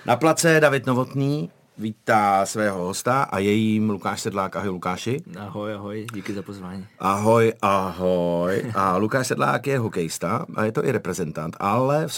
Na place David Novotný vítá svého hosta a je jím Lukáš Sedlák. Ahoj Lukáši. Ahoj, díky za pozvání. Ahoj. A Lukáš Sedlák je hokejista a je to i reprezentant, ale v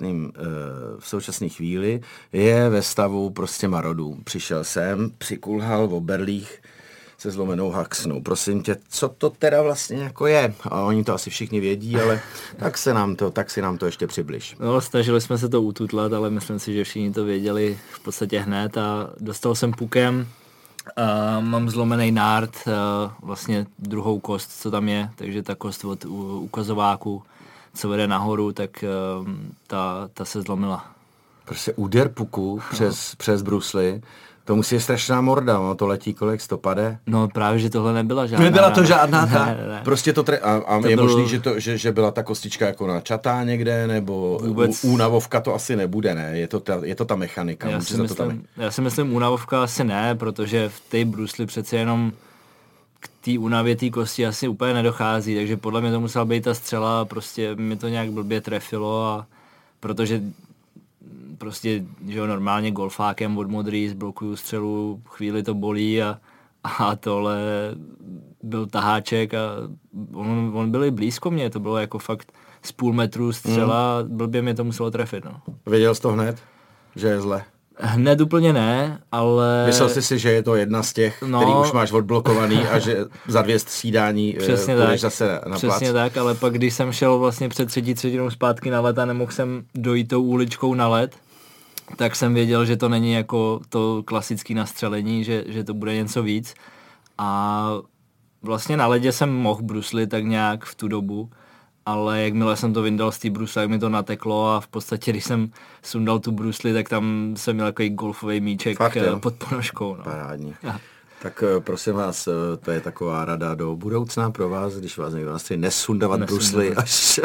současné chvíli je ve stavu prostě marodů. Přišel jsem, přikulhal v oberlích se zlomenou haxnou. Prosím tě, co to teda vlastně jako je? A oni to asi všichni vědí, ale tak si nám to ještě přibliž. No, snažili jsme se to ututlat, ale myslím si, že všichni to věděli v podstatě hned a dostal jsem pukem. Mám zlomený nárt, vlastně druhou kost, co tam je, takže ta kost od ukazováku, co vede nahoru, tak ta se zlomila. Prostě úder puku přes brusly. To musí je strašná morda, no, to letí kolik, stopade? No právě, že tohle nebyla žádná. Nebyla to žádná ne. Prostě to a je možný, že byla ta kostička jako načatá někde, nebo vůbec únavovka to asi nebude, ne? Je to ta mechanika. Já si myslím, únavovka asi ne, protože v té brusli přece jenom k té únavě té kosti asi úplně nedochází, takže podle mě to musela být ta střela, prostě mi to nějak blbě trefilo a protože prostě, že jo, normálně golfákem od modrý zblokuju střelu, chvíli to bolí a tohle byl taháček a on byl i blízko mě, to bylo jako fakt z půl metru střela, blbě mě to muselo trefit, no. Věděl jsi to hned, že je zle? Hned úplně ne, ale... Myslel jsi si, že je to jedna z těch, který už máš odblokovaný a že za 2 střídání půjdeš zase na plac? Přesně tak, ale pak když jsem šel vlastně před třetinou zpátky na let a nemohl jsem dojít tou uličkou na led, tak jsem věděl, že to není jako to klasické nastřelení, že to bude něco víc. A vlastně na ledě jsem mohl bruslit tak nějak v tu dobu, ale jakmile jsem to vyndal z té brusle, tak mi to nateklo a v podstatě, když jsem sundal tu brusli, tak tam jsem měl takový golfový míček pod ponožkou. No. Parádní. Tak prosím vás, to je taková rada do budoucna pro vás, když vás někdo nastřelí, nesundavat brusly až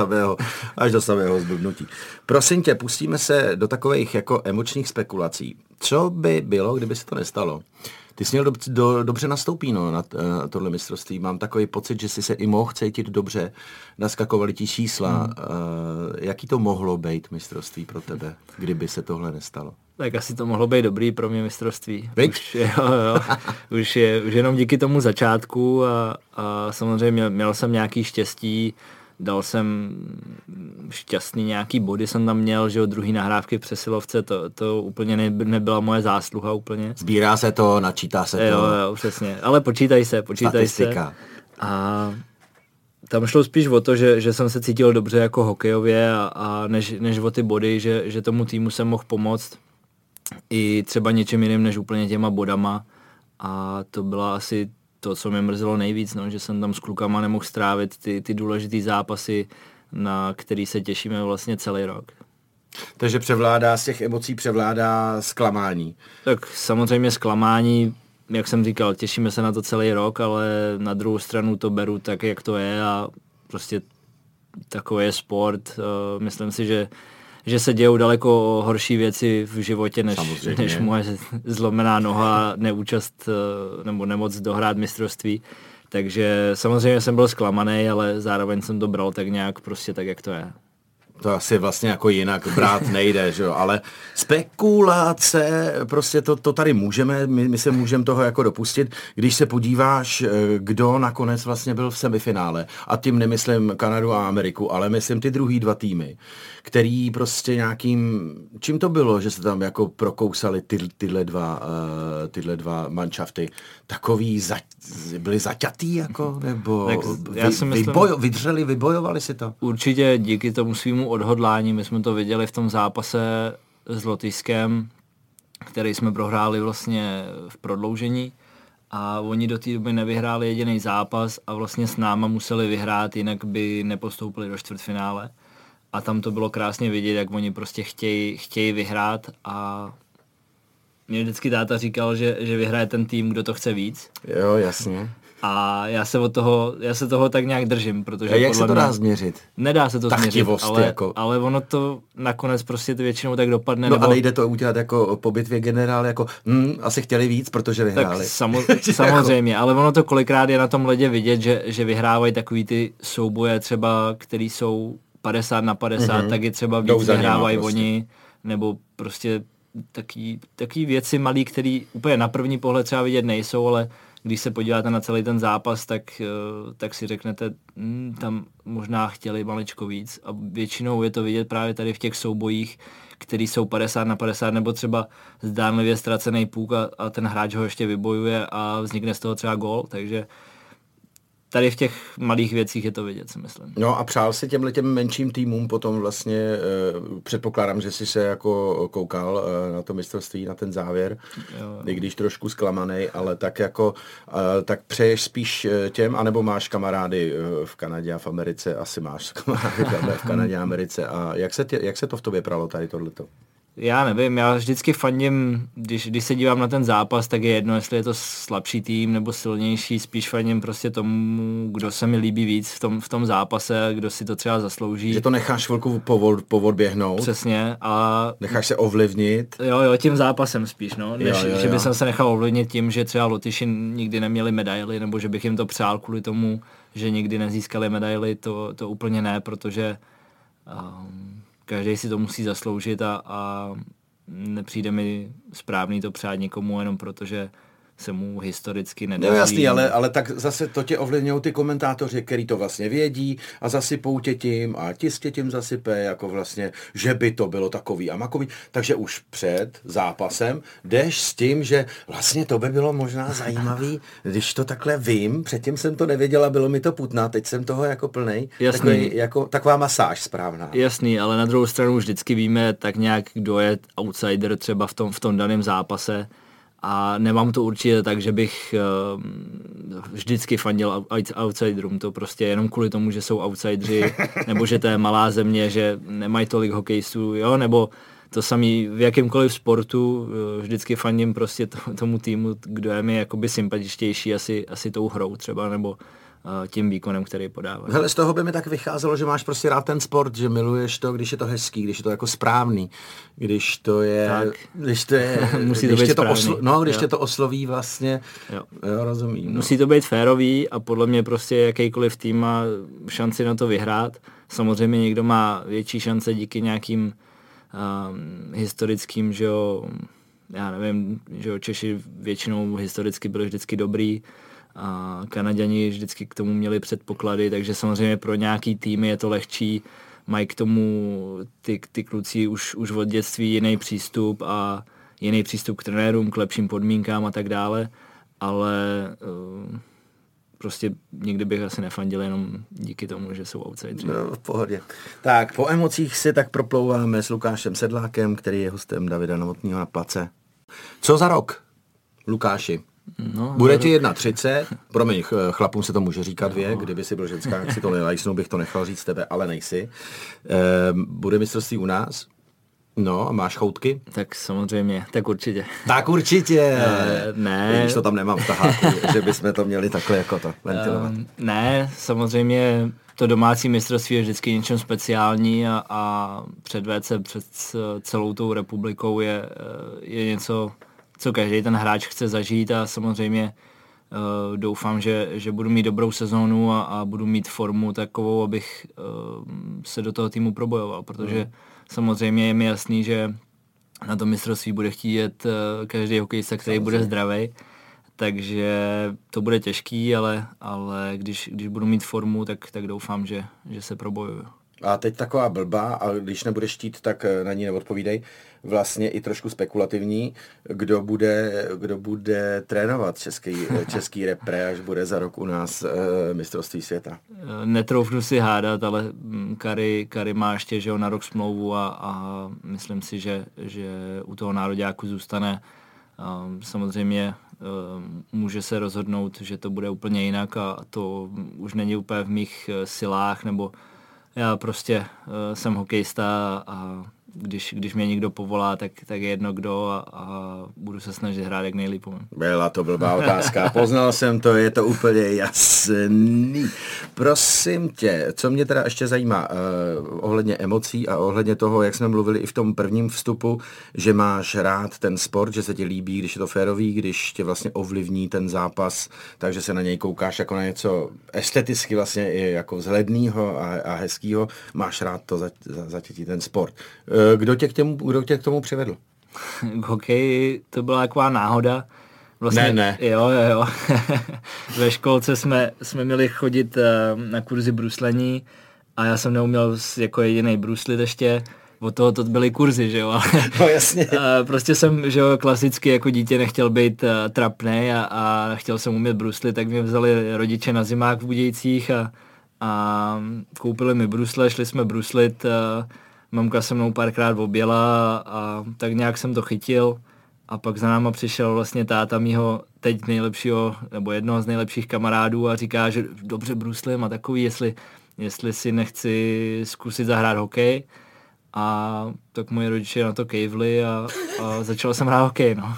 do samého zblbnutí. Prosím tě, pustíme se do takových jako emočních spekulací. Co by bylo, kdyby se to nestalo? Ty jsi měl dobře nastoupíno na tohle mistrovství. Mám takový pocit, že jsi se i mohl cítit dobře. Naskakovali ti čísla. Jaký to mohlo být mistrovství pro tebe, kdyby se tohle nestalo? Tak asi to mohlo být dobrý pro mě mistrovství. Už jenom díky tomu začátku a samozřejmě měl jsem nějaký štěstí. Dal jsem šťastný nějaký body, jsem tam měl, že jo, druhý nahrávky v přesilovce, to úplně nebyla moje zásluha úplně. Sbírá se to, načítá se to. Jo, přesně, ale počítaj se. Statistika. A tam šlo spíš o to, že jsem se cítil dobře jako hokejově a než o ty body, že tomu týmu jsem mohl pomoct i třeba něčím jiným než úplně těma bodama a to byla asi to, co mě mrzelo nejvíc, no, že jsem tam s klukama nemohl strávit ty důležitý zápasy, na který se těšíme vlastně celý rok. Takže z těch emocí převládá zklamání. Tak samozřejmě zklamání, jak jsem říkal, těšíme se na to celý rok, ale na druhou stranu to beru tak, jak to je a prostě takový je sport. Myslím si, že se dějou daleko horší věci v životě, než moje zlomená noha, neúčast nebo nemoc dohrát mistrovství. Takže samozřejmě jsem byl zklamaný, ale zároveň jsem to bral tak nějak prostě tak, jak to je. To asi vlastně jako jinak brát nejde, že jo, ale spekulace, prostě to tady můžeme, my se můžeme toho jako dopustit, když se podíváš, kdo nakonec vlastně byl v semifinále, a tím nemyslím Kanadu a Ameriku, ale myslím ty druhý 2 týmy, který prostě čím to bylo, že se tam jako prokousali tyhle dva manšafty, takový byli zaťatý jako, nebo vybojovali si to? Určitě díky tomu svýmu odhodlání, my jsme to viděli v tom zápase s Lotyšskem, který jsme prohráli vlastně v prodloužení a oni do té doby nevyhráli jediný zápas a vlastně s náma museli vyhrát, jinak by nepostoupili do čtvrtfinále. A tam to bylo krásně vidět, jak oni prostě chtějí vyhrát a mě vždycky táta říkal, že vyhraje ten tým, kdo to chce víc. Jo, jasně. A já se toho tak nějak držím, protože... A jak se to dá změřit? Nedá se to změřit, ale ono to nakonec prostě většinou tak dopadne. No a nejde to udělat jako po bitvě generál, jako asi chtěli víc, protože vyhráli. Tak samozřejmě, ale ono to kolikrát je na tom ledě vidět, že vyhrávají takový ty souboje třeba, který jsou 50-50, tak je třeba víc vyhrávají prostě oni, nebo prostě taky věci malý, které úplně na první pohled třeba vidět nejsou, ale když se podíváte na celý ten zápas, tak si řeknete, tam možná chtěli maličko víc a většinou je to vidět právě tady v těch soubojích, který jsou 50-50 nebo třeba zdánlivě ztracený puk a ten hráč ho ještě vybojuje a vznikne z toho třeba gól, takže tady v těch malých věcích je to vidět, si myslím. No a přál si těm menším týmům potom vlastně, předpokládám, že jsi se jako koukal na to mistrovství, na ten závěr, jo. I když trošku zklamanej, ale tak jako, tak přeješ spíš těm, anebo máš kamarády v Kanadě a v Americe, asi máš kamarády v Kanadě a Americe a jak se to v tobě pralo tady tohleto? Já nevím, já vždycky fandím, když se dívám na ten zápas, tak je jedno, jestli je to slabší tým nebo silnější, spíš fandím prostě tomu, kdo se mi líbí víc v tom zápase, kdo si to třeba zaslouží. Že to necháš chvilku poodběhnout. Přesně. A necháš se ovlivnit. Jo, tím zápasem spíš, no. Že bych se nechal ovlivnit tím, že třeba Lotyši nikdy neměli medaily, nebo že bych jim to přál kvůli tomu, že nikdy nezískali medaily, to úplně ne, protože každý si to musí zasloužit a nepřijde mi správný to přát někomu jenom protože se mu historicky nedaří. No jasný, ale tak zase to tě ovlivňují ty komentátoři, který to vlastně vědí a zasypou tě tím a tisk tě tím zasype, jako vlastně, že by to bylo takový a makový. Takže už před zápasem jdeš s tím, že vlastně to by bylo možná zajímavý, když to takhle vím, předtím jsem to nevěděla, bylo mi to putná, teď jsem toho jako plnej. Jasný. Jako taková masáž správná. Jasný, ale na druhou stranu vždycky víme tak nějak, kdo je outsider třeba v tom daném zápase. A nemám to určitě tak, že bych vždycky fandil outsiderům, to prostě jenom kvůli tomu, že jsou outsideri, nebo že to je malá země, že nemají tolik hokejistů, jo, nebo to samý v jakýmkoliv sportu, vždycky fandím prostě tomu týmu, kdo je mi jakoby sympatičtější asi tou hrou třeba, nebo tím výkonem, který podává. Hele, z toho by mi tak vycházelo, že máš prostě rád ten sport, že miluješ to, když je to hezký, když je to jako správný, když to je, když tě to osloví vlastně, jo, rozumím. No. Musí to být férový a podle mě prostě jakýkoliv tým má šanci na to vyhrát. Samozřejmě někdo má větší šance díky nějakým historickým, že jo, já nevím, že jo, Češi většinou historicky byli vždycky dobrý, a Kanaďani vždycky k tomu měli předpoklady, takže samozřejmě pro nějaký týmy je to lehčí, mají k tomu ty kluci už od dětství jiný přístup a jiný přístup k trenérům, k lepším podmínkám a tak dále, ale prostě nikdy bych asi nefandil jenom díky tomu, že jsou outsideri. No, v pohodě. Tak, po emocích si tak proplouváme s Lukášem Sedlákem, který je hostem Davida Novotného na Place. Co za rok, Lukáši? No, bude ti 31, promiň, chlapům se to může říkat věk, kdyby si byl ženská, jak si to nelajsnou, bych to nechal říct tebe, ale nejsi. Bude mistrovství u nás? No, a máš choutky? Tak samozřejmě, tak určitě. Tak určitě! Ne. Když to tam nemám v taháku, že bychom to měli takhle jako to ventilovat. Ne, samozřejmě to domácí mistrovství je vždycky něčem speciální a předvést se před celou tou republikou je něco, co každý ten hráč chce zažít a samozřejmě doufám, že budu mít dobrou sezónu a budu mít formu takovou, abych se do toho týmu probojoval, protože samozřejmě je mi jasný, že na to mistrovství bude chtít jet každý hokejista, který bude zdravý, takže to bude těžký, ale když budu mít formu, tak doufám, že se probojuju. A teď taková blbá, a když nebudeš chtít, tak na ní neodpovídej, vlastně i trošku spekulativní, kdo bude trénovat český repre, až bude za rok u nás mistrovství světa. Netroufnu si hádat, ale Kari má ještě, že na rok smlouvu a myslím si, že u toho nároďáku zůstane. Samozřejmě může se rozhodnout, že to bude úplně jinak a to už není úplně v mých silách, nebo já prostě jsem hokejista a když mě někdo povolá, tak je jedno kdo a budu se snažit hrát jak nejlíp. Byla to blbá otázka, poznal jsem to, je to úplně jasný. Prosím tě, co mě teda ještě zajímá ohledně emocí a ohledně toho, jak jsme mluvili i v tom prvním vstupu, že máš rád ten sport, že se ti líbí, když je to férový, když tě vlastně ovlivní ten zápas, takže se na něj koukáš jako na něco esteticky vlastně i jako vzhlednýho a hezkýho, máš rád to zatětí ten sport. Kdo tě k tomu přivedl? K hokeji to byla taková náhoda. Vlastně, Ne. Jo. Ve školce jsme měli chodit na kurzy bruslení a já jsem neuměl jako jedinej bruslit ještě. Od toho to byly kurzy, že jo. No jasně. Prostě jsem, že jo, klasicky jako dítě nechtěl být trapnej a chtěl jsem umět bruslit, tak mě vzali rodiče na zimák v Budějcích a koupili mi brusle, šli jsme bruslit. Mamka se mnou párkrát objela a tak nějak jsem to chytil. A pak za náma přišel vlastně táta mýho teď nejlepšího, nebo jednoho z nejlepších kamarádů a říká, že dobře bruslím a takový, jestli si nechci zkusit zahrát hokej. A tak moji rodiče na to kejvli a začal jsem hrát hokej, no.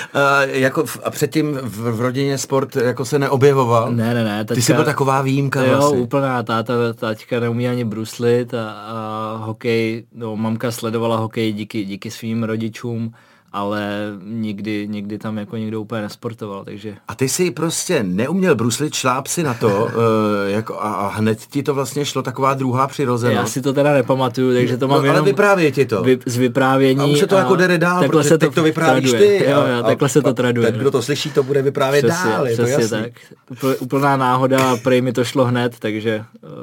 A předtím v rodině sport jako se neobjevoval? Ne. Ty jsi byl taková výjimka jo, vlastně. Jo, úplná. Táťka neumí ani bruslit a hokej, no, mamka sledovala hokej díky svým rodičům, ale nikdy tam jako nikdo úplně nesportoval, takže... A ty jsi prostě neuměl bruslit, šláp si na to jako a hned ti to vlastně šlo taková druhá přirozenost. Já si to teda nepamatuju, takže to mám ale jenom... vyprávěj ti to. Z vyprávění. A už se to jako jde dál, protože teď to vyprávíš traduje. ty. Jo, takhle se to traduje. Teď kdo to slyší, to bude vyprávět dál, je to jasný. Tak. Úplná náhoda a prej mi to šlo hned, takže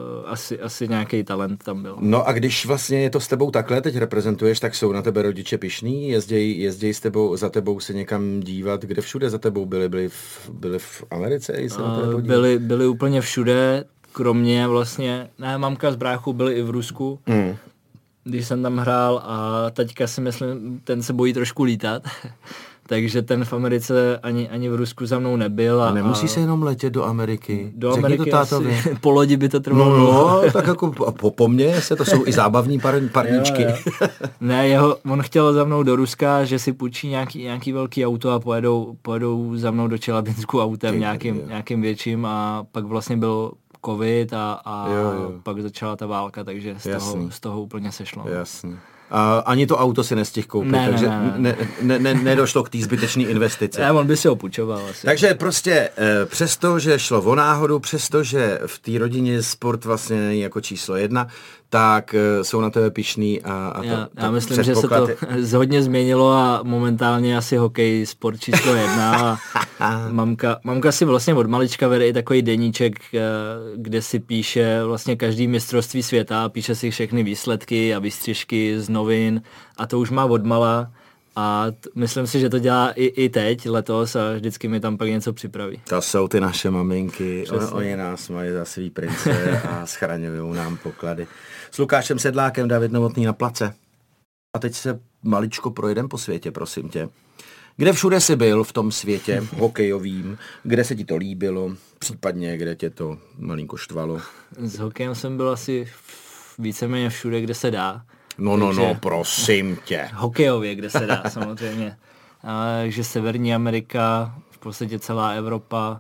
asi nějaký talent tam byl. No a když vlastně je to s tebou takhle, teď reprezentuješ, tak jsou na tebe rodiče pyšní, jezdí za tebou se někam dívat, kde všude za tebou byli v Americe? Byli úplně všude, kromě vlastně, mamka s bráchou byli i v Rusku, když jsem tam hrál a taťka si myslím, ten se bojí trošku lítat. Takže ten v Americe ani v Rusku za mnou nebyl. A nemusí se jenom letět do Ameriky. Do Ameriky to asi, po lodi by to trvalo. No, tak jako po mně to jsou i zábavní parníčky. Jo. Ne, on chtěl za mnou do Ruska, že si půjčí nějaký velký auto a pojedou za mnou do Čelabinsku autem nějakým větším a pak vlastně byl covid a pak začala ta válka, takže z toho úplně sešlo. Jasně. A ani to auto si nestihl koupit, takže nedošlo k té zbytečné investici. Ne, on by si ho půjčoval asi. Takže prostě přesto, že šlo o náhodu, přesto, že v té rodině sport vlastně není jako číslo 1, tak jsou na tebe pyšný já myslím, že se to hodně změnilo a momentálně asi hokej sport číslo 1 a mamka si vlastně od malička vede i takový deníček, kde si píše vlastně každý mistrovství světa, píše si všechny výsledky a výstřižky z novin a to už má odmala a myslím si, že to dělá i teď, letos a vždycky mi tam pak něco připraví. To jsou ty naše maminky, oni nás mají za svý prince a schraňují nám poklady. S Lukášem Sedlákem, David Novotný na place. A teď se maličko projedem po světě, prosím tě. Kde všude jsi byl v tom světě hokejovým, kde se ti to líbilo, případně kde tě to malinko štvalo? S hokejem jsem byl asi víceméně všude, kde se dá. No, prosím tě. Hokejově, kde se dá, samozřejmě. Takže Severní Amerika, v podstatě celá Evropa,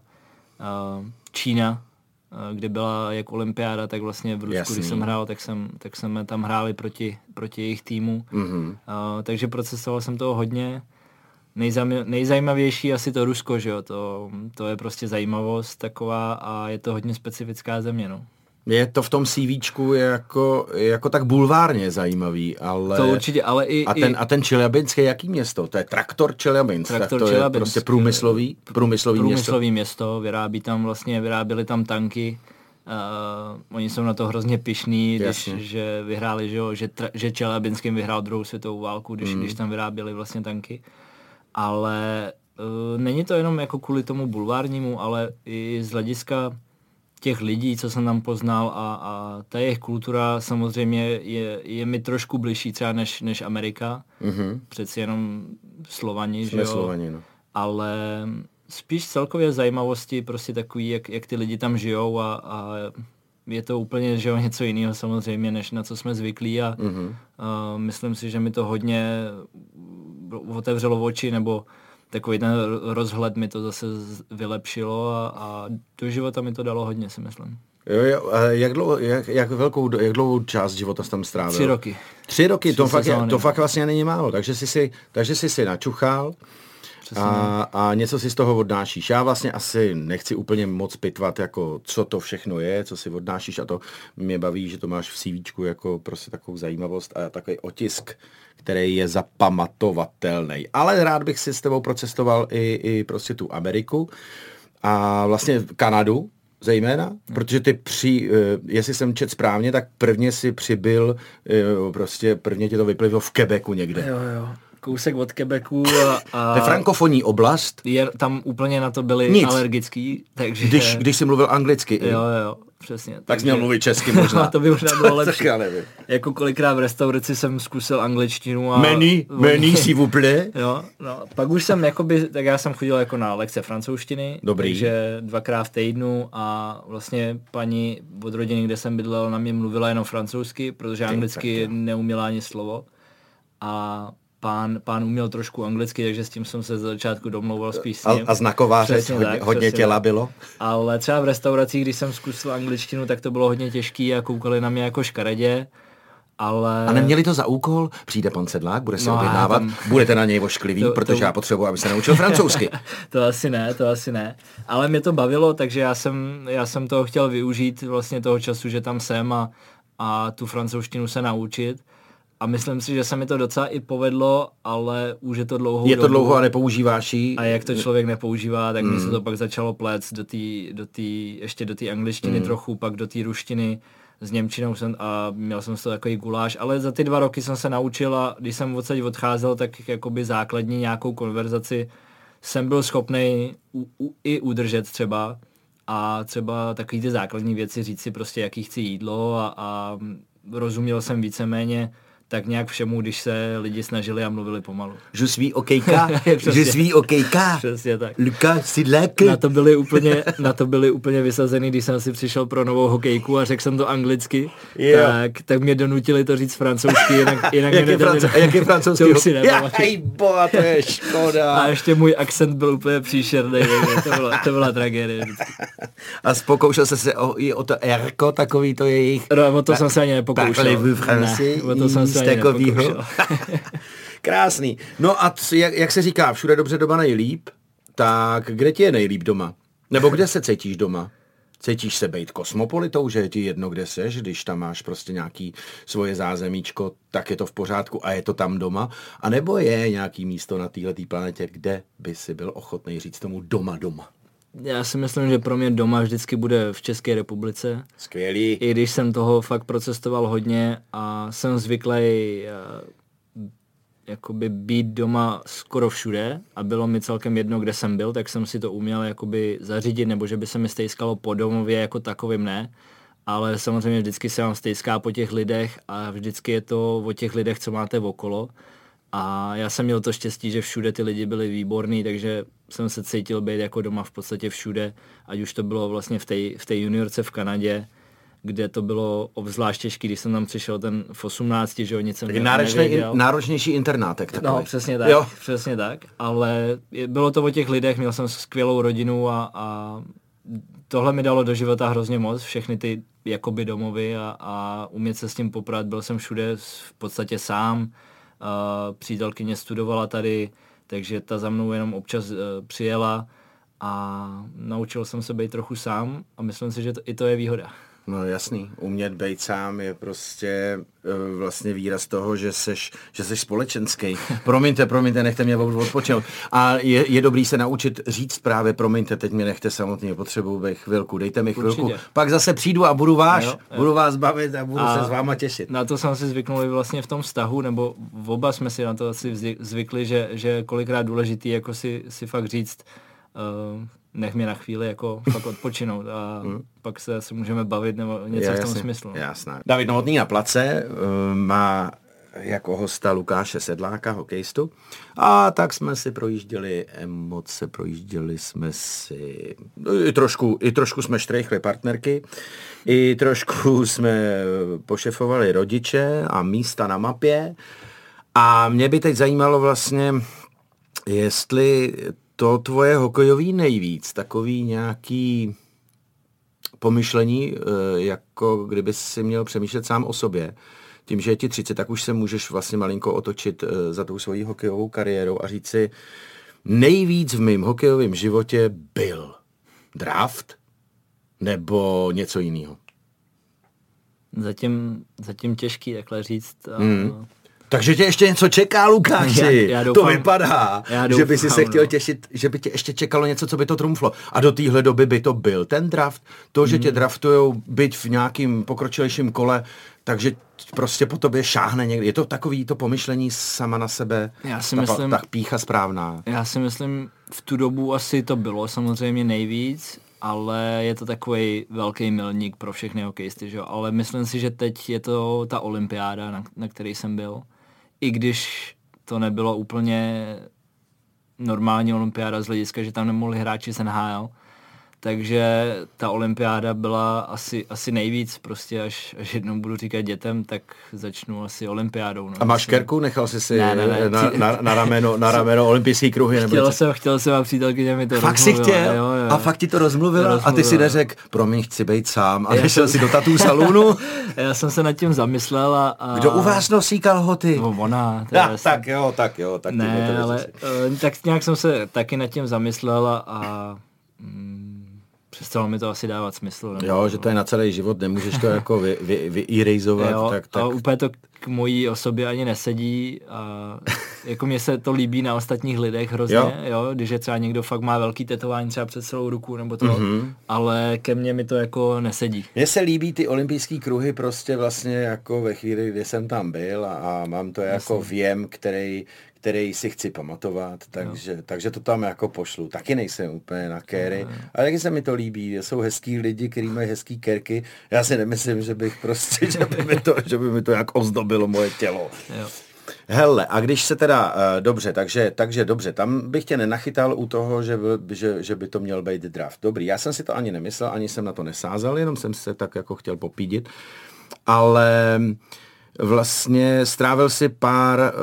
Čína, kde byla jak olympiáda, tak vlastně v Rusku, Jasný. Když jsem hrál, tak jsme tam hráli proti jejich týmu. Mm-hmm. Takže procesoval jsem toho hodně. Nejzajímavější asi to Rusko, že jo, to je prostě zajímavost taková a je to hodně specifická země, no. Je to v tom CVčku jako tak bulvárně zajímavý, ale... To určitě, ale A ten Čeljabinsk je jaký město? To je Traktor Čeljabinsk, tak to je prostě průmyslový město, vyráběli tam tanky, oni jsou na to hrozně pyšní, že vyhráli, že Čeljabinsk jim vyhrál 2. světovou válku, když tam vyráběli vlastně tanky, ale není to jenom jako kvůli tomu bulvárnímu, ale i z hlediska těch lidí, co jsem tam poznal a ta jejich kultura samozřejmě je mi trošku bližší třeba než Amerika. Mm-hmm. Přeci jenom Slovani, že jo? Slovani, no. Ale spíš celkově zajímavosti prostě takový, jak ty lidi tam žijou a je to úplně, že jo, něco jiného samozřejmě, než na co jsme zvyklí a myslím si, že mi to hodně otevřelo oči, nebo takový ten rozhled mi to zase vylepšilo a do života mi to dalo hodně, si myslím. Jo, a jak dlouhou část života jsi tam strávil? 3 roky. 3 roky, to fakt vlastně není málo, takže jsi si načuchal. A něco si z toho odnášíš. Já vlastně asi nechci úplně moc pitvat, jako co to všechno je, co si odnášíš, a to mě baví, že to máš v CVčku jako prostě takovou zajímavost a takový otisk, který je zapamatovatelný. Ale rád bych si s tebou procestoval i prostě tu Ameriku a vlastně Kanadu zejména, protože ty jestli jsem čet správně, tak prvně si přibyl, prostě prvně ti to vyplivlo v Quebecu někde. Jo. Kousek od Quebecu a to je frankofonní oblast. Tam úplně na to byli alergický, takže... Když jsi mluvil anglicky. Jo, přesně. Tak jsi měl mluvit česky možná. To by možná bylo lepší. Tak já nevím. Jako kolikrát v restauraci jsem zkusil angličtinu a... Menu, s'il vous plaît. Jo, no. Pak už jsem tak já jsem chodil jako na lekce francouzštiny. Dobrý. Takže 2krát v týdnu a vlastně paní od rodiny, kde jsem bydlel, na mě mluvila jenom francouzsky, protože anglicky neuměla ani slovo. A pán uměl trošku anglicky, takže s tím jsem se z začátku domlouval spíš s ním. A znaková řeč, hodně těla bylo? Ale třeba v restauracích, když jsem zkusil angličtinu, tak to bylo hodně těžký a koukali na mě jako škaredě. Ale... A neměli to za úkol? Přijde pan Sedlák, bude se objednávat, budete na něj ošklivý, protože já potřebuji, aby se naučil francouzsky. To asi ne. Ale mě to bavilo, takže já jsem toho chtěl využít vlastně toho času, že tam jsem a tu francouzštinu se naučit. A myslím si, že se mi to docela i povedlo, ale už je to dlouhou dobu. Dlouho a nepoužíváš ji. A jak to člověk nepoužívá, tak mi se to pak začalo plést ještě do té angličtiny trochu, pak do té ruštiny. S němčinou a měl jsem z toho takový guláš, ale za ty 2 roky jsem se naučil a když jsem odsaď odcházel, tak jakoby základní nějakou konverzaci jsem byl schopnej i udržet třeba a třeba takový ty základní věci říct si prostě, jaký chci jídlo a rozuměl jsem víceméně tak nějak všemu, když se lidi snažili a mluvili pomalu. Je suis okejka, je suis okejka. Přesně tak. Lukáš Sidlák. Na to byli úplně vysazený, když jsem si přišel pro novou hokejku a řekl jsem to anglicky, tak mě donutili to říct francouzsky, jinak mě nedali. Jak je francouzský? To už si nepamatuji. Boha, to je škoda. A ještě můj akcent byl úplně příšerný, to byla tragédie. A pokoušel se o to R-ko, takový to jejich... No, o to jsem se ani nepokoušel. O to jsem se takovýho. Krásný. No a jak se říká, všude dobře doma nejlíp, tak kde ti je nejlíp doma? Nebo kde se cítíš doma? Cítíš se bejt kosmopolitou, že je ti jedno, kde seš, když tam máš prostě nějaký svoje zázemíčko, tak je to v pořádku a je to tam doma? A nebo je nějaký místo na této planetě, kde by si byl ochotný říct tomu doma? Já si myslím, že pro mě doma vždycky bude v České republice. Skvělý. I když jsem toho fakt procestoval hodně a jsem zvyklý jakoby být doma skoro všude a bylo mi celkem jedno, kde jsem byl, tak jsem si to uměl jakoby zařídit, nebo že by se mi stejskalo po domově jako takovým ne. Ale samozřejmě vždycky se vám stejská po těch lidech a vždycky je to o těch lidech, co máte okolo. A já jsem měl to štěstí, že všude ty lidi byli výborní, takže jsem se cítil být jako doma v podstatě všude, ať už to bylo vlastně v té juniorce v Kanadě, kde to bylo obzvlášť těžký, když jsem tam přišel ten v 18, že o nic jsem nevěděl. Náročnější internátek takový. No, přesně tak, ale bylo to o těch lidech, měl jsem skvělou rodinu a tohle mi dalo do života hrozně moc, všechny ty jakoby domovy a umět se s tím poprat, byl jsem všude v podstatě sám. Přítelkyně studovala tady, takže ta za mnou jenom občas přijela a naučil jsem se být trochu sám a myslím si, že to je výhoda. No jasný, umět být sám je prostě vlastně výraz toho, že seš společenský. Promiňte, nechte mě odpočinout. A je dobrý se naučit říct právě promiňte, teď mě nechte samotně, potřebuji chvilku, dejte mi chvilku. Určitě. Pak zase přijdu a budu budu vás bavit a budu se s váma těšit. Na to jsem si zvyknul vlastně v tom vztahu, nebo oba jsme si na to asi zvykli, že kolikrát důležitý jako si fakt říct nech mě na chvíli jako fakt odpočinout a pak se můžeme bavit nebo něco v tom smyslu. Jasné. David Novotný na place má jako hosta Lukáše Sedláka, hokejistu. A tak jsme si projížděli emoce, projížděli jsme si i trošku jsme štrejchli partnerky, i trošku jsme pošefovali rodiče a místa na mapě. A mě by teď zajímalo vlastně, jestli to tvoje hokejový nejvíc, takový nějaký pomyšlení, jako kdyby si měl přemýšlet sám o sobě. Tím, že je ti 30, tak už se můžeš vlastně malinko otočit za tou svojí hokejovou kariérou a říct si, nejvíc v mém hokejovém životě byl draft nebo něco jiného? Zatím těžký takhle říct. Takže tě ještě něco čeká, Lukáši. Já doufám, to vypadá, že by si se chtěl těšit, že by tě ještě čekalo něco, co by to trumflo. A do téhle doby by to byl ten draft. To, že tě draftujou, byť v nějakým pokročilejším kole, takže prostě po tobě šáhne někdy. Je to takový to pomyšlení sama na sebe, ta pýcha správná. Já si myslím, v tu dobu asi to bylo samozřejmě nejvíc, ale je to takový velký milník pro všechny hokejisty, že jo? Ale myslím si, že teď je to ta olympiáda, na který jsem byl. I když to nebylo úplně normální olympiáda z hlediska, že tam nemohli hráči z NHL, takže ta olympiáda byla asi nejvíc, prostě až jednou budu říkat dětem, tak začnu asi olympiádou. No. A máš kerku? Nechal jsi si ne. Na rameno olympijský kruhy? Chtěl jsem a přítelkyně mi to fakt rozmluvila. Fakt si chtěl? Jo. A fakt ti to rozmluvila? A ty si neřekl, promiň, chci být sám a nešel si do tatů salonu? Já jsem se nad tím zamyslel a... Kdo u vás nosí kalhoty? No ona. Tak jo. Tak ne, ale tak nějak jsem se taky nad tím zamyslel a přestalo mi to asi dávat smysl. Jo, že to je na celý život, nemůžeš to jako vy-erasovat. Tak. A úplně to k mojí osobě ani nesedí a jako mně se to líbí na ostatních lidech hrozně, jo, když je třeba někdo fakt má velký tetování třeba přes celou ruku nebo to, ale ke mně mi to jako nesedí. Mně se líbí ty olympijský kruhy prostě vlastně jako ve chvíli, kdy jsem tam byl a mám to jako věm, který si chci pamatovat, takže to tam jako pošlu. Taky nejsem úplně na kéry, ale taky se mi to líbí. Jsou hezký lidi, kteří mají hezký kerky. Já si nemyslím, že bych prostě, že by mi to jak ozdobilo moje tělo. Jo. Hele, a když se teda, dobře, takže dobře, tam bych tě nenachytal u toho, že by to měl být draft. Dobrý, já jsem si to ani nemyslel, ani jsem na to nesázal, jenom jsem se tak jako chtěl popídit, ale vlastně strávil si pár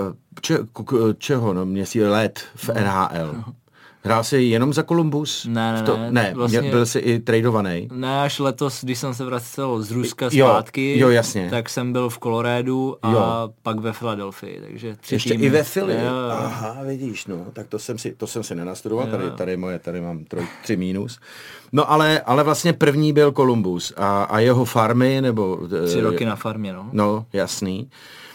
let v NHL. Hrál jsi jenom za Columbus? Ne. Vlastně, byl jsi i tradovaný. Ne, až letos, když jsem se vracel z Ruska zpátky, jasně. tak jsem byl v Coloradu a pak ve Philadelphii, takže 3 ještě týmy. I ve Philly? Aha, vidíš, no, tak to jsem si nenastudoval, tady mám 3 mínus. No ale vlastně první byl Columbus a jeho farmy, nebo... 3 roky na farmě, no. No, jasný.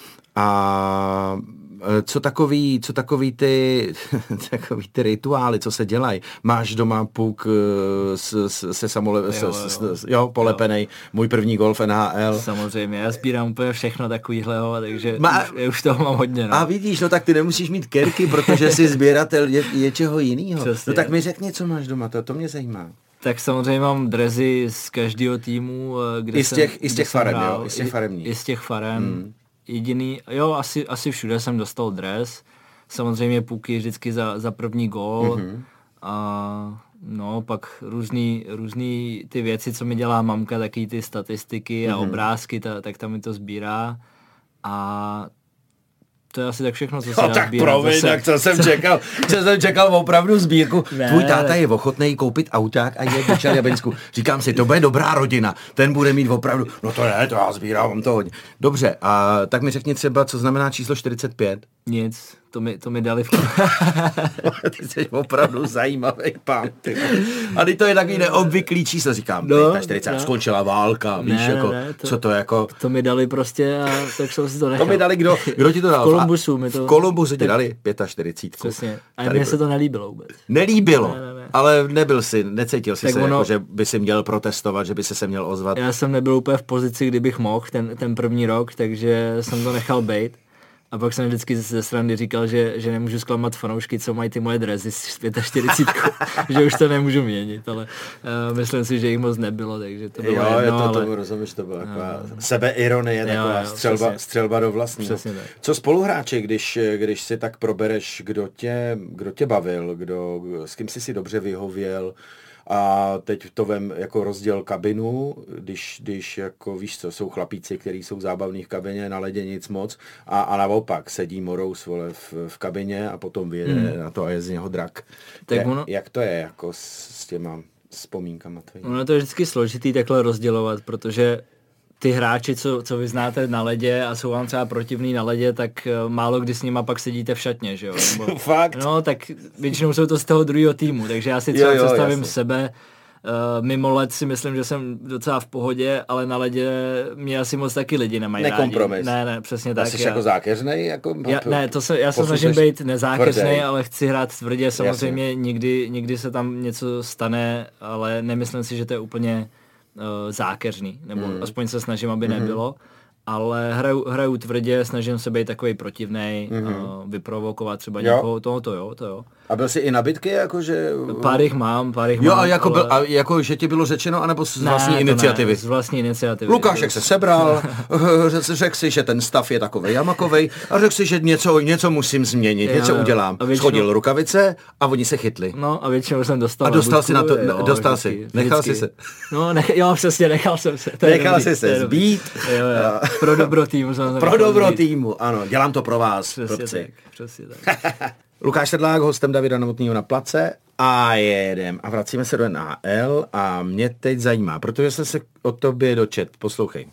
A co takový ty rituály, co se dělají? Máš doma puk se polepenej, můj první gol v NHL. Samozřejmě, já sbírám úplně všechno takovýhleho, takže už toho mám hodně. No. A vidíš, no tak ty nemusíš mít kerky, protože jsi sběratel něčeho jiného. No tak mi řekni, co máš doma, to mě zajímá. Tak samozřejmě mám drezy z každého týmu, kde I z těch farem, jo? I z těch farem. Jediný, asi všude jsem dostal dres, samozřejmě puky vždycky za první gól a no pak různý ty věci, co mi dělá mamka, taky ty statistiky a obrázky, tak tam mi to sbírá a to je asi tak všechno, co si dá tak sbírat. Promiň, tak co jsem čekal opravdu sbírku. Tvůj táta je ochotný koupit auták a jde do Čeljabinsku. Říkám si, to bude dobrá rodina, ten bude mít opravdu, no to ne, to já sbírám to hodně. Dobře, a tak mi řekni třeba, co znamená číslo 45. Nic, to mi dali v Ty jsi opravdu zajímavý pán. A teď to je takový neobvyklý číslo, říkám, 40, skončila válka, víš, co to jako... To mi dali prostě a tak jsem si to nechal. To mi dali, kdo ti to dal? V Kolumbusu mi to... V Kolumbusu ti dali 45. Přesně, a mně se to nelíbilo vůbec. Nelíbilo, ne. ale necítil jsi se, jako, že by si měl protestovat, že by se měl ozvat. Já jsem nebyl úplně v pozici, kdybych mohl ten první rok, takže jsem to nechal bejt. A pak jsem vždycky ze srandy říkal, že nemůžu zklamat fanoušky, co mají ty moje drezy s 45, že už to nemůžu měnit, ale myslím si, že jich moc nebylo, takže to bylo tomu rozumíš, to byla taková sebeironie, taková střelba do vlastního. Co spoluhráči, když si tak probereš, kdo tě bavil, s kým jsi si dobře vyhověl, a teď to vem jako rozděl kabinu, když jako víš co, jsou chlapíci, kteří jsou zábavní v kabině, na ledě nic moc a naopak sedí Morous v kabině a potom vyjede na to a je z něho drak. Jak to je jako s těma vzpomínkama tvými? Ono to je vždycky složitý takhle rozdělovat, protože ty hráči, co vy znáte na ledě a jsou vám třeba protivný na ledě, tak málo kdy s nima pak sedíte v šatně, že jo? Nebo, Fakt? No, tak většinou jsou to z toho druhého týmu, takže já si třeba představím sebe. Mimo led si myslím, že jsem docela v pohodě, ale na ledě mě asi moc taky lidi nemají Nekompromis. rádi. Ne, přesně tak. Jsi jako zákeřnej? Jako, Já se snažím být nezákeřnej, ale chci hrát tvrdě. Samozřejmě nikdy se tam něco stane, ale nemyslím si, že to je úplně zákeřný. Nebo aspoň se snažím, aby nebylo. Ale hraju tvrdě, snažím se být takovej protivnej, vyprovokovat třeba někoho, to jo. A byl jsi i na bitky, jakože... Pár jich mám. Jo, a jako, že ti bylo řečeno, anebo z vlastní iniciativy? Ne, z vlastní iniciativy. Lukášek se sebral, řekl si, že ten stav je takovej jamakovej a řekl si, že něco musím změnit, něco udělám. Schodil rukavice a oni se chytli. No a většinou jsem dostal. A dostal si na to, dostal si, nechal si se. No, přesně, nechal jsem se. Nechal si se zbít. Jo. Pro dobro týmu. Pro dobro týmu, ano, dělám to pro vás, přesně tak. Lukáš Sedlák, hostem Davida Novotného na Place a jedem. A vracíme se do NHL a mě teď zajímá, protože jsem se o tobě dočet. Poslouchej.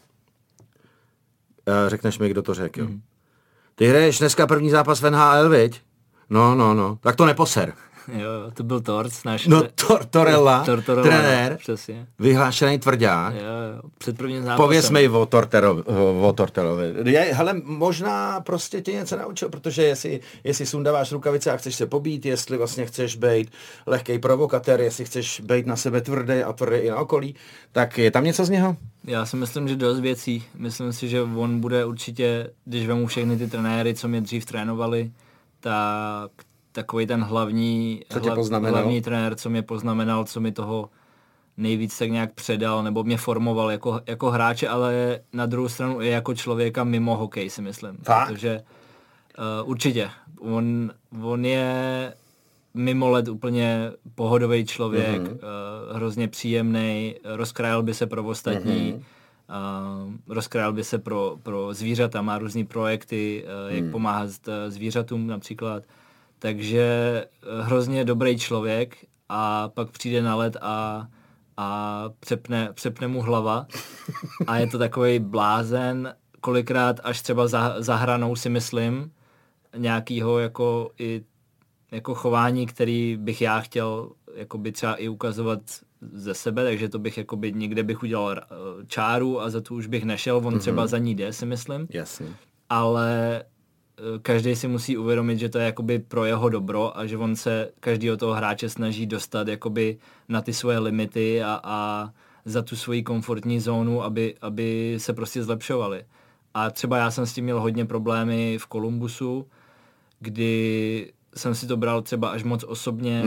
Řekneš mi, kdo to řekl, jo? Ty hraješ dneska první zápas v NHL, viď? No. Tak to neposer. Jo, to byl Torc, náš... No, Tortorella, trenér, přesně. Vyhlášený tvrdák. Jo, před prvním zápasem. Pověz mi o Torterovi. Hele, možná prostě tě něco naučil, protože jestli sundáváš rukavice a chceš se pobít, jestli vlastně chceš být lehkej provokatér, jestli chceš být na sebe tvrdý a tvrdý i na okolí, tak je tam něco z něho? Já si myslím, že dost věcí. Myslím si, že on bude určitě, když vemu všechny ty trenéry, co mě dřív trénovali, tak takový ten hlavní trenér, co mě poznamenal, co mi toho nejvíc tak nějak předal, nebo mě formoval jako hráče, ale na druhou stranu i jako člověka mimo hokej, si myslím. Fakt? Protože určitě, on je mimo led úplně pohodový člověk, hrozně příjemný, rozkrájel by se pro ostatní, rozkrájel by se pro zvířata, má různý projekty, jak pomáhat zvířatům například. Takže hrozně dobrý člověk a pak přijde na led a přepne mu hlava a je to takový blázen, kolikrát až třeba za hranou, si myslím, nějakýho jako chování, který bych já chtěl jakoby třeba i ukazovat ze sebe, takže to bych jakoby někde bych udělal čáru a za to už bych nešel, on třeba za ní jde, si myslím. Jasně. Ale každý si musí uvědomit, že to je jakoby pro jeho dobro a že on se každýho toho hráče snaží dostat jakoby na ty svoje limity a za tu svoji komfortní zónu, aby se prostě zlepšovali. A třeba já jsem s tím měl hodně problémy v Columbusu, kdy jsem si to bral třeba až moc osobně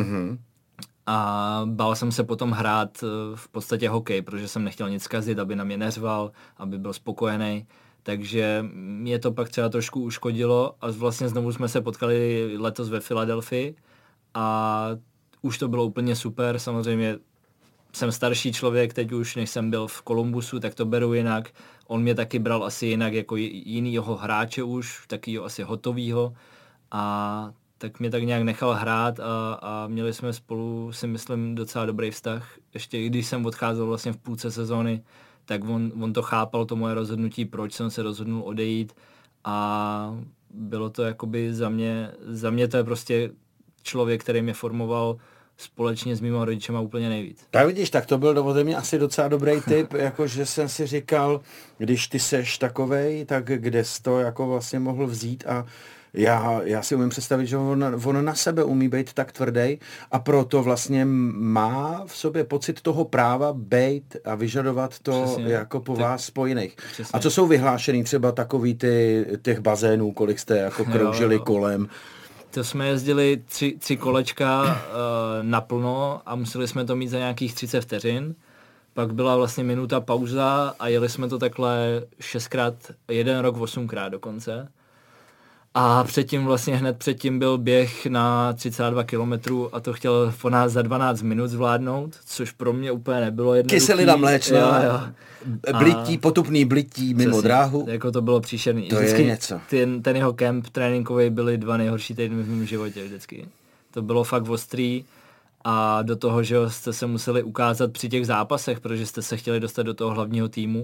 a bál jsem se potom hrát v podstatě hokej, protože jsem nechtěl nic zkazit, aby na mě neřval, aby byl spokojený. Takže mě to pak třeba trošku uškodilo a vlastně znovu jsme se potkali letos ve Filadelfii a už to bylo úplně super. Samozřejmě jsem starší člověk teď už, než jsem byl v Columbusu, tak to beru jinak. On mě taky bral asi jinak jako jinýho hráče už, takýho asi hotovýho a tak mě tak nějak nechal hrát a měli jsme spolu, si myslím, docela dobrý vztah. Ještě i když jsem odcházel vlastně v půlce sezóny, tak on to chápal, to moje rozhodnutí, proč jsem se rozhodnul odejít a bylo to jakoby za mě to je prostě člověk, který mě formoval společně s mýma rodičema úplně nejvíc. Tak vidíš, tak to byl ode mě asi docela dobrý tip, jakože jsem si říkal, když ty seš takovej, tak kde jsi to jako vlastně mohl vzít a já si umím představit, že on na sebe umí být tak tvrdý a proto vlastně má v sobě pocit toho práva být a vyžadovat to přesně, jako po vás spojených. A co jsou vyhlášený třeba takový těch bazénů, kolik jste jako kroužili kolem? To jsme jezdili 3 kolečka naplno a museli jsme to mít za nějakých 30 vteřin. Pak byla vlastně minuta pauza a jeli jsme to takhle 6x, jeden rok 8x dokonce. A hned předtím byl běh na 32 kilometrů a to chtěl po nás za 12 minut zvládnout, což pro mě úplně nebylo jednoduché. Kyselina mléčná, potupný blití mimo dráhu. Jako to bylo příšerný. To vždycky je něco. Ten jeho kemp tréninkový byly 2 nejhorší týdny v mém životě vždycky. To bylo fakt ostrý a do toho, že jste se museli ukázat při těch zápasech, protože jste se chtěli dostat do toho hlavního týmu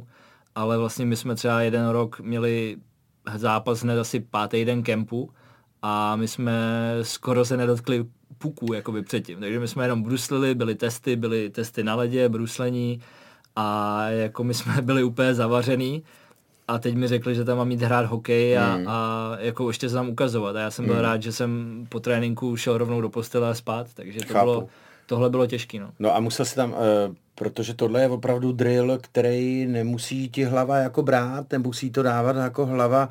ale vlastně my jsme třeba jeden rok měli zápas hned asi 5. den kempu a my jsme skoro se nedotkli puků jakoby předtím, takže my jsme jenom bruslili, byly testy na ledě, bruslení a jako my jsme byli úplně zavařený a teď mi řekli, že tam mám jít hrát hokej a jako ještě se tam ukazovat a já jsem byl rád, že jsem po tréninku šel rovnou do postele a spát, takže tohle bylo těžký. No a musel si tam, protože tohle je opravdu drill, který nemusí ti hlava jako brát, nemusí to dávat jako hlava,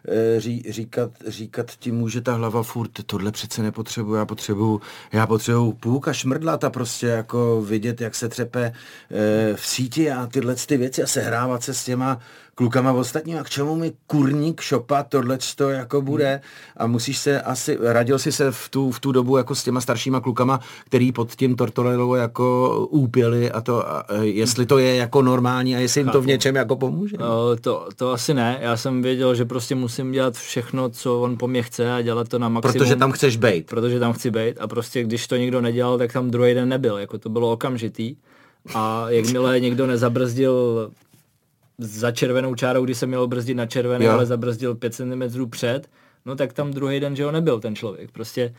říkat ti může ta hlava furt, tohle přece nepotřebuji, já potřebuju půk a šmrdlat a prostě jako vidět, jak se třepe v síti a tyhle ty věci a sehrávat se s těma klukama ostatníma, k čemu mi kurník šopat, tohleto jako bude a musíš se asi, radil si se v tu dobu jako s těma staršíma klukama, který pod tím Tortorellou jako úpěli a to, jestli to je jako normální a jestli jim to v něčem jako pomůže. To asi ne, já jsem věděl, že prostě musím dělat všechno, co on po mně chce a dělat to na maximum. Protože tam chceš bejt. Protože tam chci bejt a prostě když to nikdo nedělal, tak tam druhý den nebyl, jako to bylo okamžitý a jakmile někdo nezabrzdil za červenou čárou, když jsem měl brzdit na červené, ale zabrzdil 5 cm před, no tak tam druhý den, že ho nebyl ten člověk. Prostě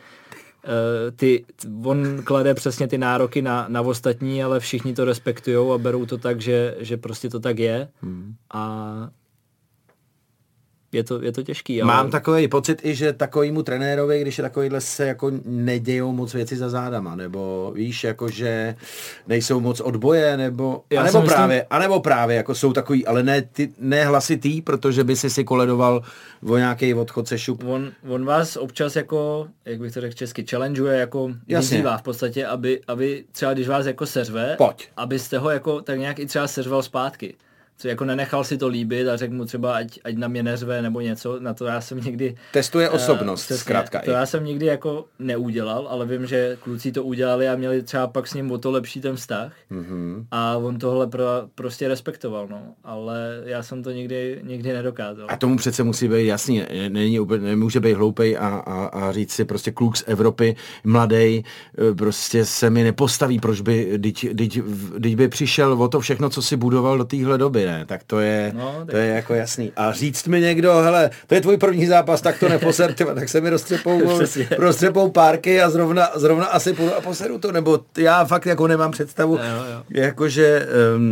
on klade přesně ty nároky na ostatní, ale všichni to respektujou a berou to tak, že prostě to tak je a je to těžký. Ale... Mám takový pocit i, že takovýmu trenérovi, když je takovýhle, se jako nedějou moc věci za zádama, nebo víš, jako že nejsou moc odboje, nebo anebo právě jako jsou takový, ale ne hlasitý, protože by si koledoval o nějaký odchod se šup. On vás občas jako, jak bych to řekl česky, challengeuje, jako vyzývá v podstatě, aby třeba když vás jako seřve, abyste ho jako tak nějak i třeba seřval zpátky. Co jako nenechal si to líbit a řekl mu třeba, ať na mě neřve nebo něco, na to já jsem nikdy... Testuje osobnost, zkrátka. To já jsem nikdy jako neudělal, ale vím, že kluci to udělali a měli třeba pak s ním o to lepší ten vztah a on tohle prostě respektoval, no, ale já jsem to nikdy nedokázal. A tomu přece musí být jasný, nemůže být hloupej a říct si prostě kluk z Evropy, mladej, prostě se mi nepostaví, proč by, když by přišel o to všechno, co si budoval do téhle doby, ne? Tak to je jako jasný. A říct mi někdo, hele, to je tvůj první zápas, tak to neposer, tak se mi roztřepou párky a zrovna asi půjdu a poseru to, nebo já fakt jako nemám představu, jakože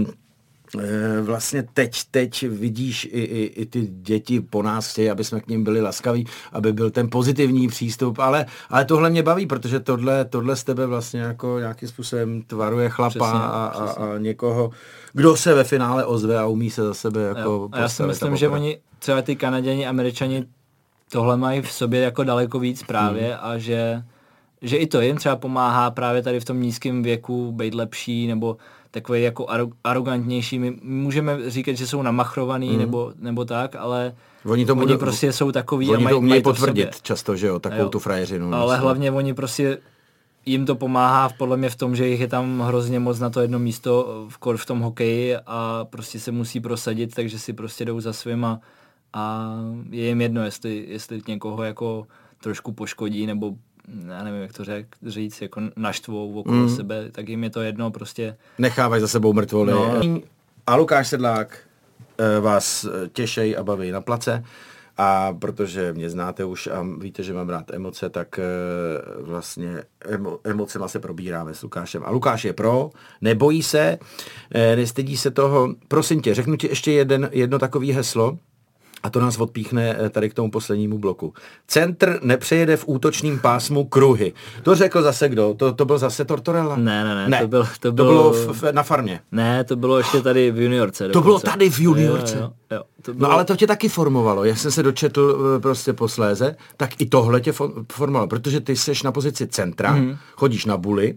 vlastně teď vidíš i ty děti po nás chtějí, aby jsme k ním byli laskaví, aby byl ten pozitivní přístup, ale tohle mě baví, protože tohle z tebe vlastně jako nějakým způsobem tvaruje chlapa a někoho, kdo se ve finále ozve a umí se za sebe jako a já si myslím, že oni, třeba ty Kanaděni, Američani, tohle mají v sobě jako daleko víc právě a že i to jim třeba pomáhá právě tady v tom nízkém věku být lepší nebo takový jako arrogantnější. My můžeme říkat, že jsou namachrovaný nebo tak, ale oni prostě jsou takový oni to umějí potvrdit často, že jo, takovou tu frajeřinu. Ale hlavně oni prostě jim to pomáhá podle mě v tom, že jich je tam hrozně moc na to jedno místo v tom hokeji a prostě se musí prosadit, takže si prostě jdou za svým a je jim jedno, jestli někoho jako trošku poškodí nebo já nevím, jak to říct, jako naštvou okolo sebe, tak jim je to jedno, prostě... Nechávají za sebou mrtvoly. No. A Lukáš Sedlák vás těšej a baví na place a protože mě znáte už a víte, že mám rád emoce, tak vlastně emocema se probíráme s Lukášem. A Lukáš je nebojí se, nestydí se toho. Prosím tě, řeknu ti ještě jedno takový heslo, a to nás odpíchne tady k tomu poslednímu bloku. Centr nepřejede v útočním pásmu kruhy. To řekl zase kdo? To byl zase Tortorella? Ne. To bylo na farmě. Ne, to bylo ještě tady v juniorce. To bylo tady v juniorce? Jo. To bylo... No ale to tě taky formovalo. Jak jsem se dočetl prostě posléze, tak i tohle tě formovalo, protože ty seš na pozici centra, chodíš na buly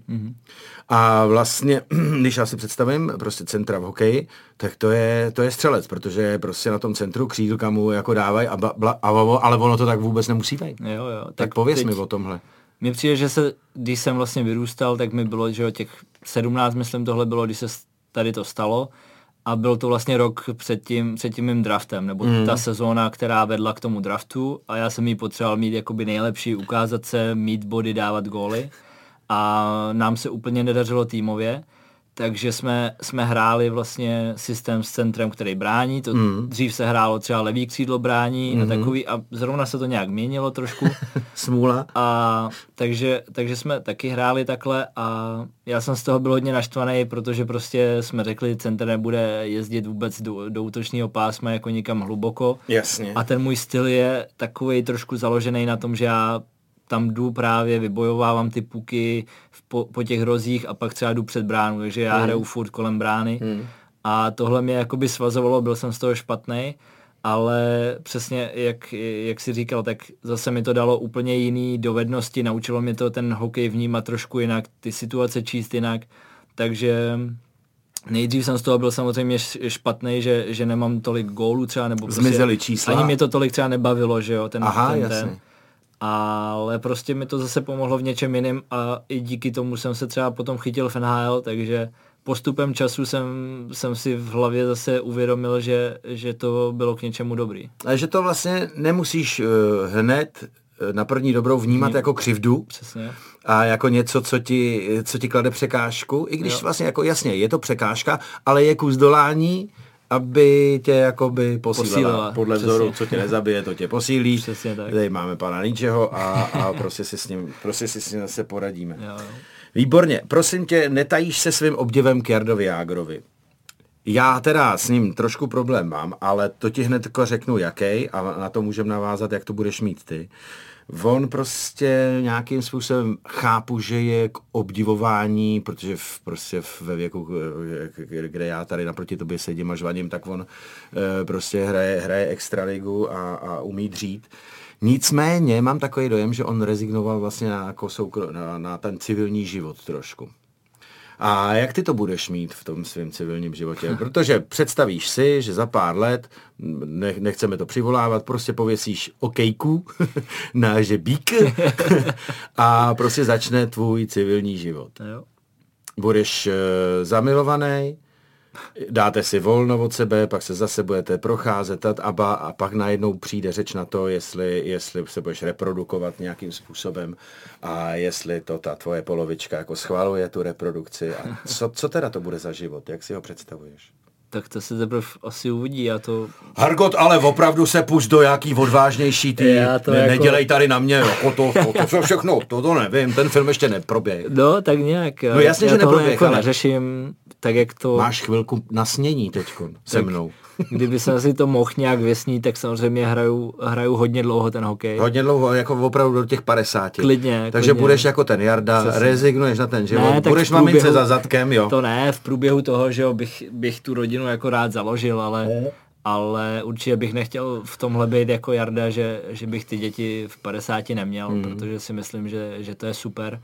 a vlastně, když já si představím prostě centra v hokeji, tak to je střelec, protože prostě na tom centru křídlka mu jako dávají, ale ono to tak vůbec nemusí být. Jo. Tak pověz mi o tomhle. Mně přijde, že když jsem vlastně vyrůstal, tak mi bylo, že těch 17, myslím, tohle bylo, když se tady to stalo a byl to vlastně rok před tím mým draftem, nebo ta sezóna, která vedla k tomu draftu a já jsem ji potřeboval mít jakoby nejlepší, ukázat se, mít body, dávat góly a nám se úplně nedařilo týmově, takže jsme hráli vlastně systém s centrem, který brání, to dřív se hrálo třeba levý křídlo brání a takový a zrovna se to nějak měnilo trošku. Smůla. A takže jsme taky hráli takhle a já jsem z toho byl hodně naštvaný, protože prostě jsme řekli, center nebude jezdit vůbec do útočného pásma jako nikam hluboko. Jasně. A ten můj styl je takovej trošku založený na tom, že já tam jdu právě, vybojovávám ty puky po těch rozích a pak třeba jdu před bránu, takže já hraju furt kolem brány a tohle mě jakoby svazovalo, byl jsem z toho špatnej, ale přesně jak jsi říkal, tak zase mi to dalo úplně jiný dovednosti, naučilo mě to ten hokej vnímat trošku jinak, ty situace číst jinak, takže nejdřív jsem z toho byl samozřejmě špatnej, že nemám tolik gólů třeba, nebo zmizely čísla. Ani mě to tolik třeba nebavilo, že jo, ten jasně. Ale prostě mi to zase pomohlo v něčem jiném a i díky tomu jsem se třeba potom chytil v NHL, takže postupem času jsem si v hlavě zase uvědomil, že to bylo k něčemu dobrý. A že to vlastně nemusíš hned na první dobrou vnímat jako křivdu. Přesně. A jako něco, co ti klade překážku, i když vlastně jako jasně, je to překážka, ale je kus dolání, aby tě jakoby posílila. Podle vzoru, co tě nezabije, to tě posílí. Přesně tak. Tady máme pana ničeho a prostě si s ním zase poradíme. Jo. Výborně. Prosím tě, netajíš se svým obdivem k Jardovi Jágrovi. Já teda s ním trošku problém mám, ale to ti hned řeknu jaký a na to můžeme navázat, jak to budeš mít ty. On prostě nějakým způsobem chápu, že je k obdivování, protože prostě ve věku, kde já tady naproti tobě sedím a žvaním, tak on prostě hraje extraligu a umí dřít. Nicméně mám takový dojem, že on rezignoval vlastně na ten civilní život trošku. A jak ty to budeš mít v tom svém civilním životě? Protože představíš si, že za pár let, nechceme to přivolávat, prostě pověsíš okejku na žebík a prostě začne tvůj civilní život. Budeš zamilovaný, dáte si volno od sebe, pak se zase budete procházet a pak najednou přijde řeč na to, jestli se budeš reprodukovat nějakým způsobem a jestli to ta tvoje polovička jako schvaluje tu reprodukci. A co teda to bude za život? Jak si ho představuješ? Tak to se teprve asi uvidí a to... Hargot, ale opravdu se pusť do jaký odvážnější ty. Nedělej tady na mě, jako to všechno, to nevím, ten film ještě neproběh. No, tak nějak. No jasně, že neproběh, jako ale neřeším, tak jak to... Máš chvilku na snění teďko se mnou. Kdyby jsem si to mohl nějak vysnít, tak samozřejmě hraju hodně dlouho ten hokej. Hodně dlouho, jako opravdu do těch 50. Klidně. Takže budeš jako ten Jarda, přesně. Rezignuješ na ten život, budeš mamince za zadkem, jo. To ne, v průběhu toho, že jo, bych tu rodinu jako rád založil, ale určitě bych nechtěl v tomhle být jako Jarda, že bych ty děti v 50 neměl, protože si myslím, že to je super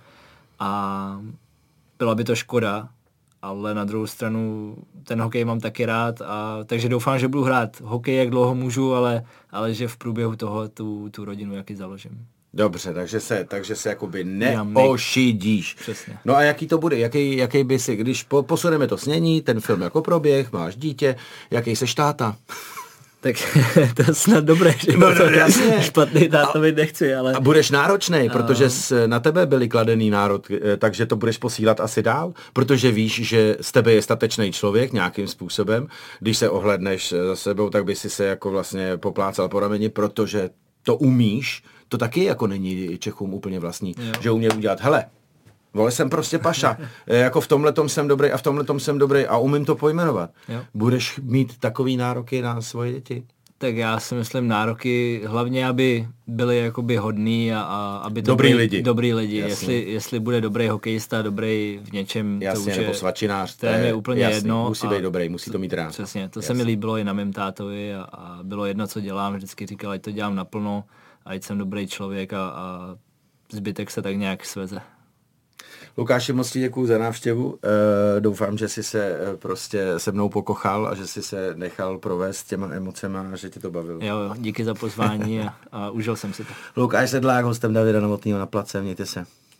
a byla by to škoda. Ale na druhou stranu ten hokej mám taky rád, takže doufám, že budu hrát hokej, jak dlouho můžu, ale že v průběhu toho tu rodinu jaký založím. Dobře, takže se jakoby neošidíš. Přesně. No a jaký to bude? Jaký by si, když posuneme to snění, ten film jako proběh, máš dítě, jaký seš táta? Tak to je snad dobré, že jasně. Špatný tátovi nechci, ale... A budeš náročnej, protože na tebe byly kladený národ, takže to budeš posílat asi dál, protože víš, že z tebe je statečný člověk nějakým způsobem. Když se ohledneš za sebou, tak by si se jako vlastně poplácal po rameni, protože to umíš, to taky jako není Čechům úplně vlastní, že umí udělat, hele, vole, jsem prostě paša, jako v tomhletom jsem dobrý a v tomhletom jsem dobrý a umím to pojmenovat. Jo. Budeš mít takový nároky na svoje děti? Tak já si myslím nároky, hlavně aby byli jakoby hodný a aby to dobrý lidi. Jestli bude dobrý hokejista, dobrý v něčem, jasně, to už nebo svačinář, to je mi úplně jedno. Musí být dobrý, musí to mít rád. Přesně, to se mi líbilo i na mém tátovi a bylo jedno, co dělám, vždycky říkal, ať to dělám naplno, ať jsem dobrý člověk a zbytek se tak nějak sveze. Lukáši, moc ti děkuju za návštěvu. Doufám, že jsi se prostě se mnou pokochal a že jsi se nechal provést těma emocema a že tě to bavilo. Jo, díky za pozvání a užil jsem si to. Lukáš Sedlák, hostem Davida Novotnýho na Place, mějte se.